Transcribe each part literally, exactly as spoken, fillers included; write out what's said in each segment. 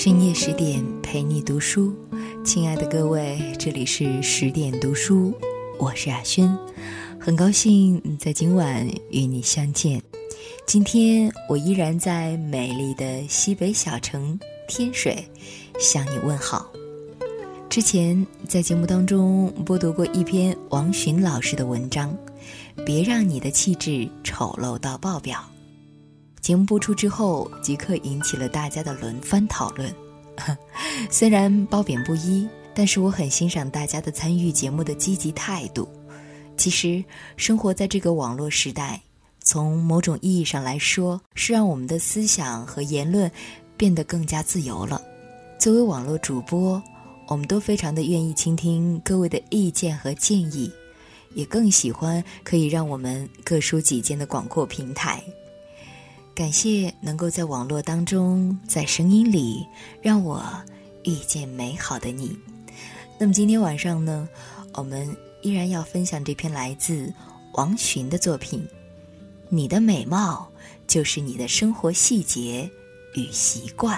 深夜十点陪你读书，亲爱的各位，这里是十点读书，我是雅轩，很高兴在今晚与你相见。今天我依然在美丽的西北小城天水向你问好。之前在节目当中播读过一篇王洵老师的文章，别让你的气质丑陋到爆表。节目播出之后即刻引起了大家的轮番讨论。虽然褒贬不一，但是我很欣赏大家的参与节目的积极态度。其实生活在这个网络时代，从某种意义上来说，是让我们的思想和言论变得更加自由了。作为网络主播，我们都非常的愿意倾听各位的意见和建议，也更喜欢可以让我们各抒己见的广阔平台。感谢能够在网络当中，在声音里让我遇见美好的你。那么今天晚上呢，我们依然要分享这篇来自王洵的作品，你的美貌就是你的生活细节与习惯。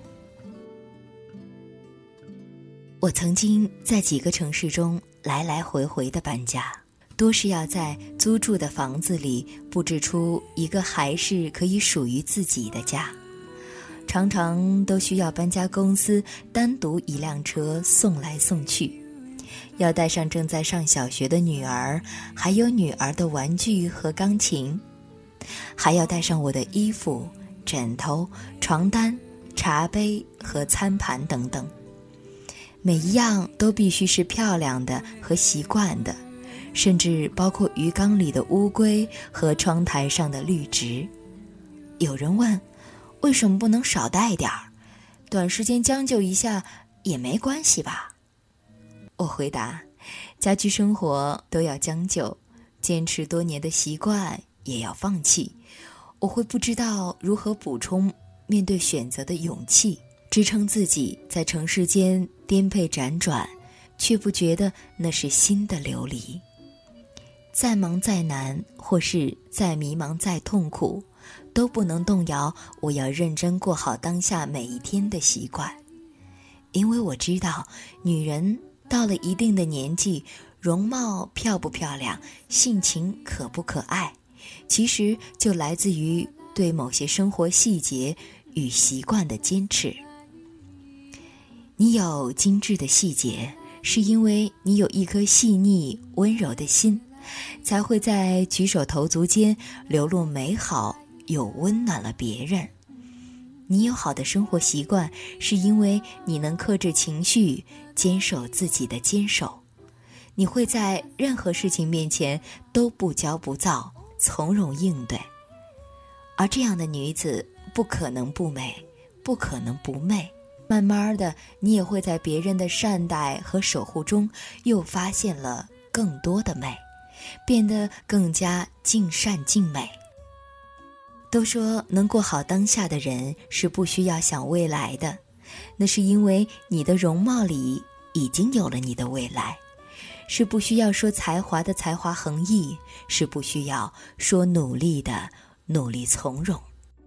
我曾经在几个城市中来来回回的搬家，多是要在租住的房子里布置出一个还是可以属于自己的家，常常都需要搬家公司单独一辆车送来送去，要带上正在上小学的女儿，还有女儿的玩具和钢琴，还要带上我的衣服、枕头、床单、茶杯和餐盘等等，每一样都必须是漂亮的和习惯的，甚至包括鱼缸里的乌龟和窗台上的绿植。有人问，为什么不能少带点儿？短时间将就一下也没关系吧？我回答，家居生活都要将就，坚持多年的习惯也要放弃。我会不知道如何补充面对选择的勇气，支撑自己在城市间颠沛辗转，却不觉得那是心的流离。再忙再难，或是再迷茫再痛苦，都不能动摇我要认真过好当下每一天的习惯。因为我知道，女人到了一定的年纪，容貌漂不漂亮，性情可不可爱，其实就来自于对某些生活细节与习惯的坚持。你有精致的细节，是因为你有一颗细腻温柔的心，才会在举手投足间流露美好，又温暖了别人。你有好的生活习惯，是因为你能克制情绪，坚守自己的坚守。你会在任何事情面前都不骄不躁，从容应对。而这样的女子不可能不美，不可能不媚。慢慢的，你也会在别人的善待和守护中，又发现了更多的美，变得更加尽善尽美。都说能过好当下的人是不需要想未来的，那是因为你的容貌里已经有了你的未来，是不需要说才华的才华横溢，是不需要说努力的努力从容。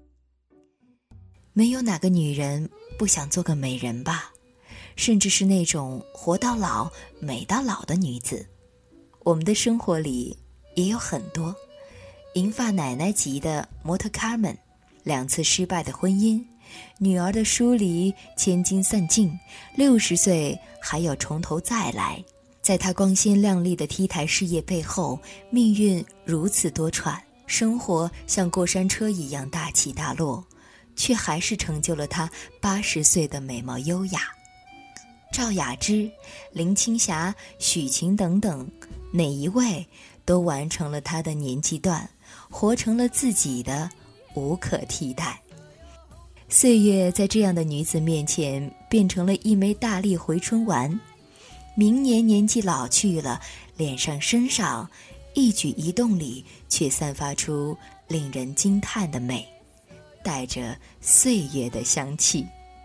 没有哪个女人不想做个美人吧，甚至是那种活到老美到老的女子。我们的生活里也有很多银发奶奶级的模特卡门，两次失败的婚姻，女儿的疏离，千金散尽，六十岁还要从头再来。在她光鲜亮丽的 T 台事业背后，命运如此多舛，生活像过山车一样大起大落，却还是成就了她八十岁的美貌优雅。赵雅芝、林青霞、许晴等等，哪一位都完成了她的年纪段，活成了自己的无可替代。岁月在这样的女子面前变成了一枚大力回春丸，明年年纪老去了，脸上身上一举一动里却散发出令人惊叹的美，带着岁月的香气。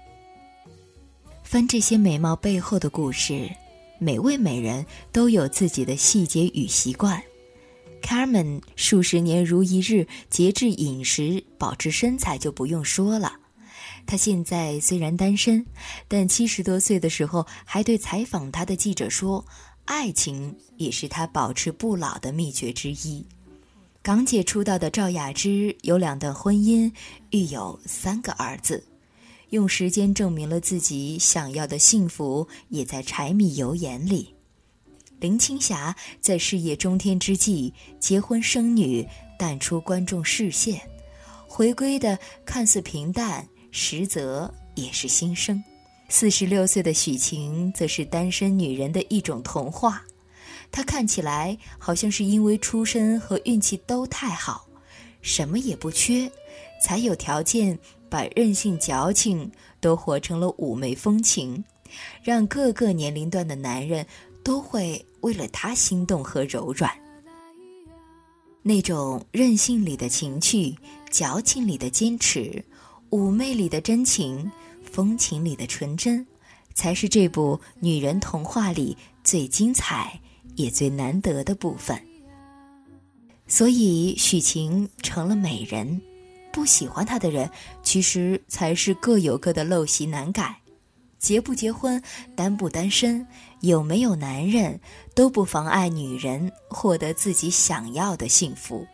翻这些美貌背后的故事，每位美人都有自己的细节与习惯。Carmen 数十年如一日节制饮食保持身材就不用说了， 他现在虽然单身，但七十多岁的时候还对采访他的记者说，爱情也是他保持不老的秘诀之一。港姐出道的赵雅芝有两段婚姻，育有三个儿子，用时间证明了自己想要的幸福也在柴米油盐里。林青霞在事业中天之际结婚生女，淡出观众视线，回归的看似平淡，实则也是新生。四十六岁的许晴则是单身女人的一种童话，她看起来好像是因为出身和运气都太好，什么也不缺，才有条件把任性矫情都活成了妩媚风情，让各个年龄段的男人都会为了她心动和柔软。那种任性里的情趣，矫情里的坚持，妩媚里的真情，风情里的纯真，才是这部女人童话里最精彩也最难得的部分。所以许晴成了美人，不喜欢她的人其实才是各有各的陋习难改。结不结婚，单不单身，有没有男人，都不妨碍女人获得自己想要的幸福。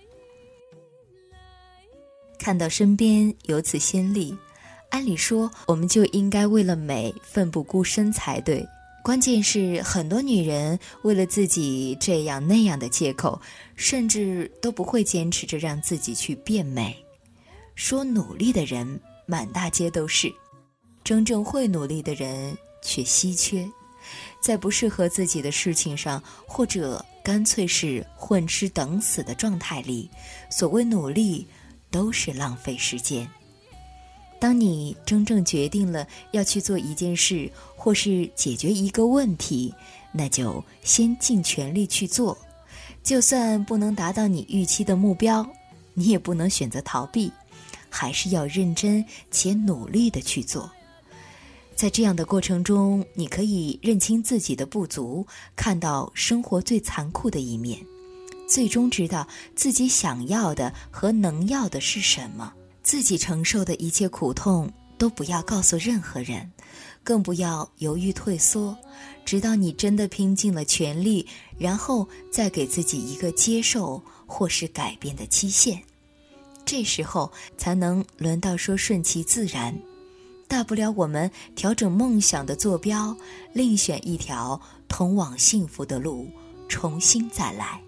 看到身边有此先例，按理说我们就应该为了美奋不顾身才对。关键是很多女人为了自己这样那样的借口，甚至都不会坚持着让自己去变美。说努力的人满大街都是，真正会努力的人却稀缺。在不适合自己的事情上，或者干脆是混吃等死的状态里，所谓努力都是浪费时间。当你真正决定了要去做一件事，或是解决一个问题，那就先尽全力去做。就算不能达到你预期的目标，你也不能选择逃避，还是要认真且努力地去做。在这样的过程中，你可以认清自己的不足，看到生活最残酷的一面，最终知道自己想要的和能要的是什么。自己承受的一切苦痛都不要告诉任何人，更不要犹豫退缩，直到你真的拼尽了全力，然后再给自己一个接受或是改变的期限。这时候才能轮到说顺其自然。大不了我们调整梦想的坐标，另选一条通往幸福的路，重新再来。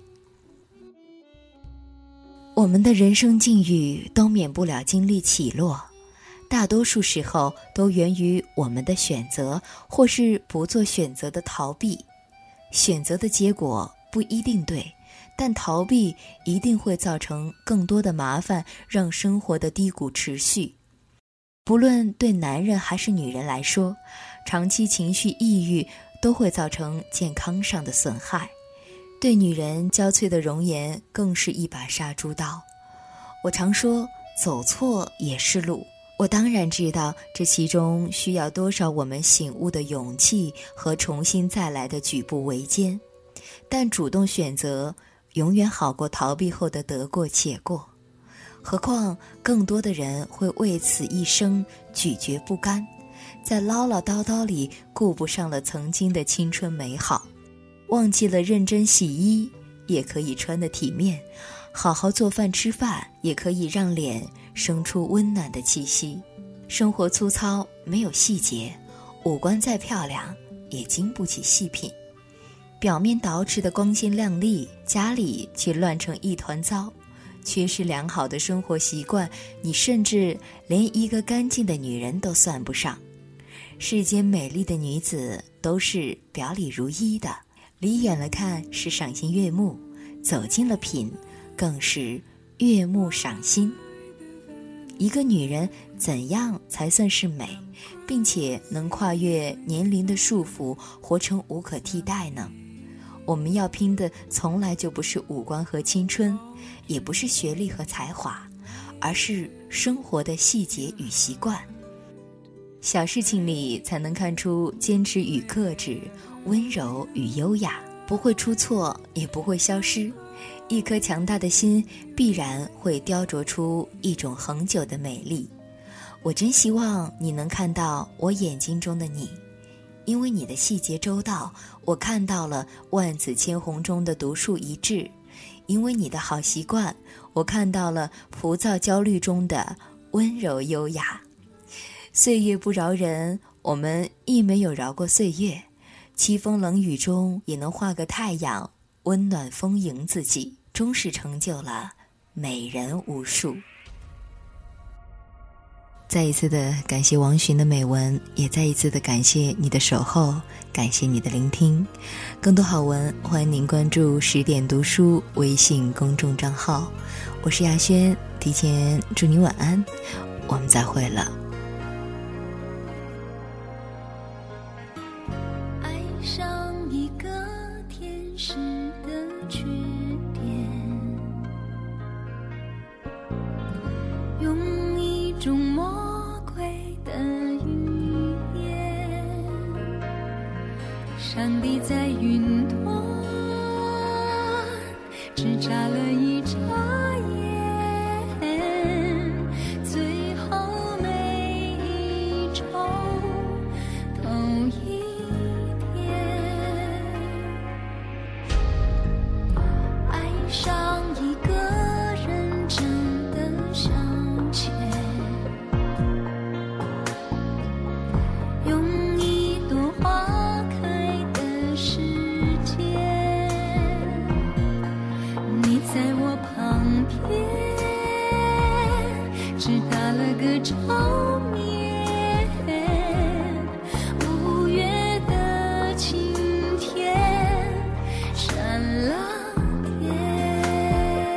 我们的人生境遇都免不了经历起落，大多数时候都源于我们的选择，或是不做选择的逃避。选择的结果不一定对，但逃避一定会造成更多的麻烦，让生活的低谷持续。不论对男人还是女人来说，长期情绪抑郁都会造成健康上的损害。对女人娇脆的容颜更是一把杀猪刀。我常说，走错也是路。我当然知道这其中需要多少我们醒悟的勇气和重新再来的举步维艰，但主动选择永远好过逃避后的得过且过。何况更多的人会为此一生咀嚼不甘，在唠唠叨叨里顾不上了曾经的青春美好，忘记了认真洗衣也可以穿得体面，好好做饭吃饭也可以让脸生出温暖的气息。生活粗糙没有细节，五官再漂亮也经不起细品。表面捯饬的光鲜亮丽，家里却乱成一团糟。缺失良好的生活习惯，你甚至连一个干净的女人都算不上。世间美丽的女子都是表里如一的，离远了看是赏心悦目，走近了品更是悦目赏心。一个女人怎样才算是美，并且能跨越年龄的束缚，活成无可替代呢？我们要拼的从来就不是五官和青春，也不是学历和才华，而是生活的细节与习惯。小事情里才能看出坚持与克制，温柔与优雅，不会出错，也不会消失。一颗强大的心必然会雕琢出一种恒久的美丽。 我真希望你能看到我眼睛中的你，因为你的细节周到，我看到了万紫千红中的独树一帜；因为你的好习惯，我看到了浮躁焦虑中的温柔优雅。岁月不饶人，我们亦没有饶过岁月，凄风冷雨中也能画个太阳，温暖丰盈自己，终是成就了美人无数。再一次的感谢王洵的美文，也再一次的感谢你的守候，感谢你的聆听。更多好文，欢迎您关注十点读书微信公众账号。我是亚轩，提前祝你晚安，我们再会了。 爱上一个天使的缺点，用一种魔鬼的语言，上帝在云端只眨了一眨眼，最后每一周都一天，爱上一个人真的消遣，用一朵花开的时间，你在我旁边只打了个照面，五月的晴天闪了天，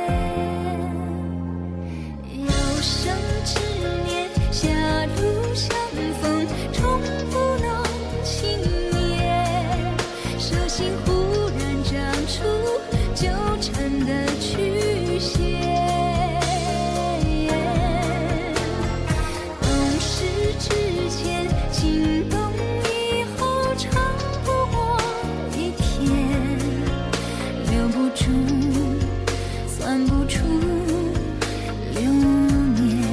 有生之年狭路相逢，终不能幸免，手心忽然长出纠缠的曲线，懂事之前心动，以后长不过一天，留不住算不出流年。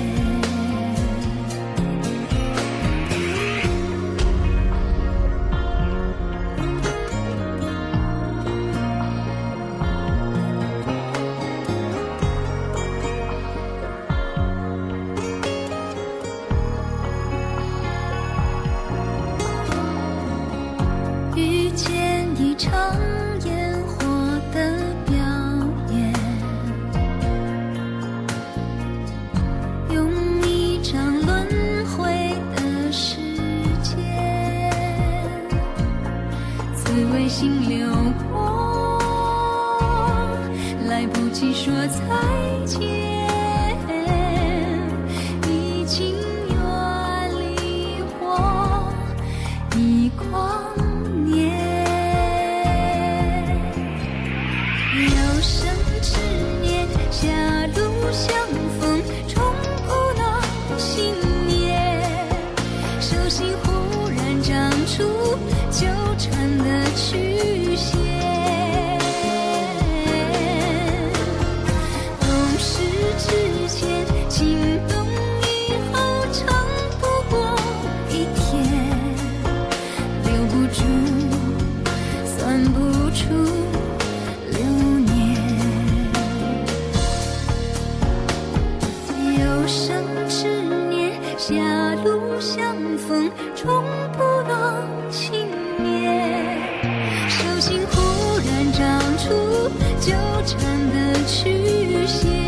遇见一场烟火的表演，用一张轮回的时间，滋味心流过，来不及说再见，已经远离我一光年，有生之年狭路相逢，终不能幸免，手心忽然长出纠缠的曲线，懂事之前心动，以后长不过一天，留不住算不出流年，有生之年狭路相逢，终不能幸免，手心忽然长出纠缠的曲线，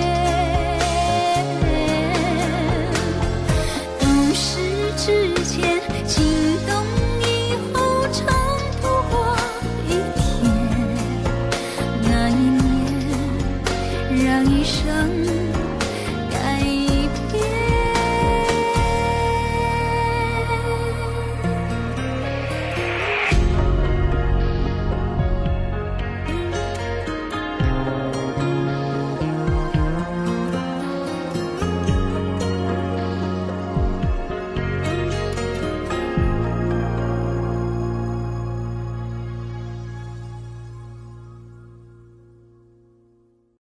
懂事之前心动，以后长不过一天，那一年让一生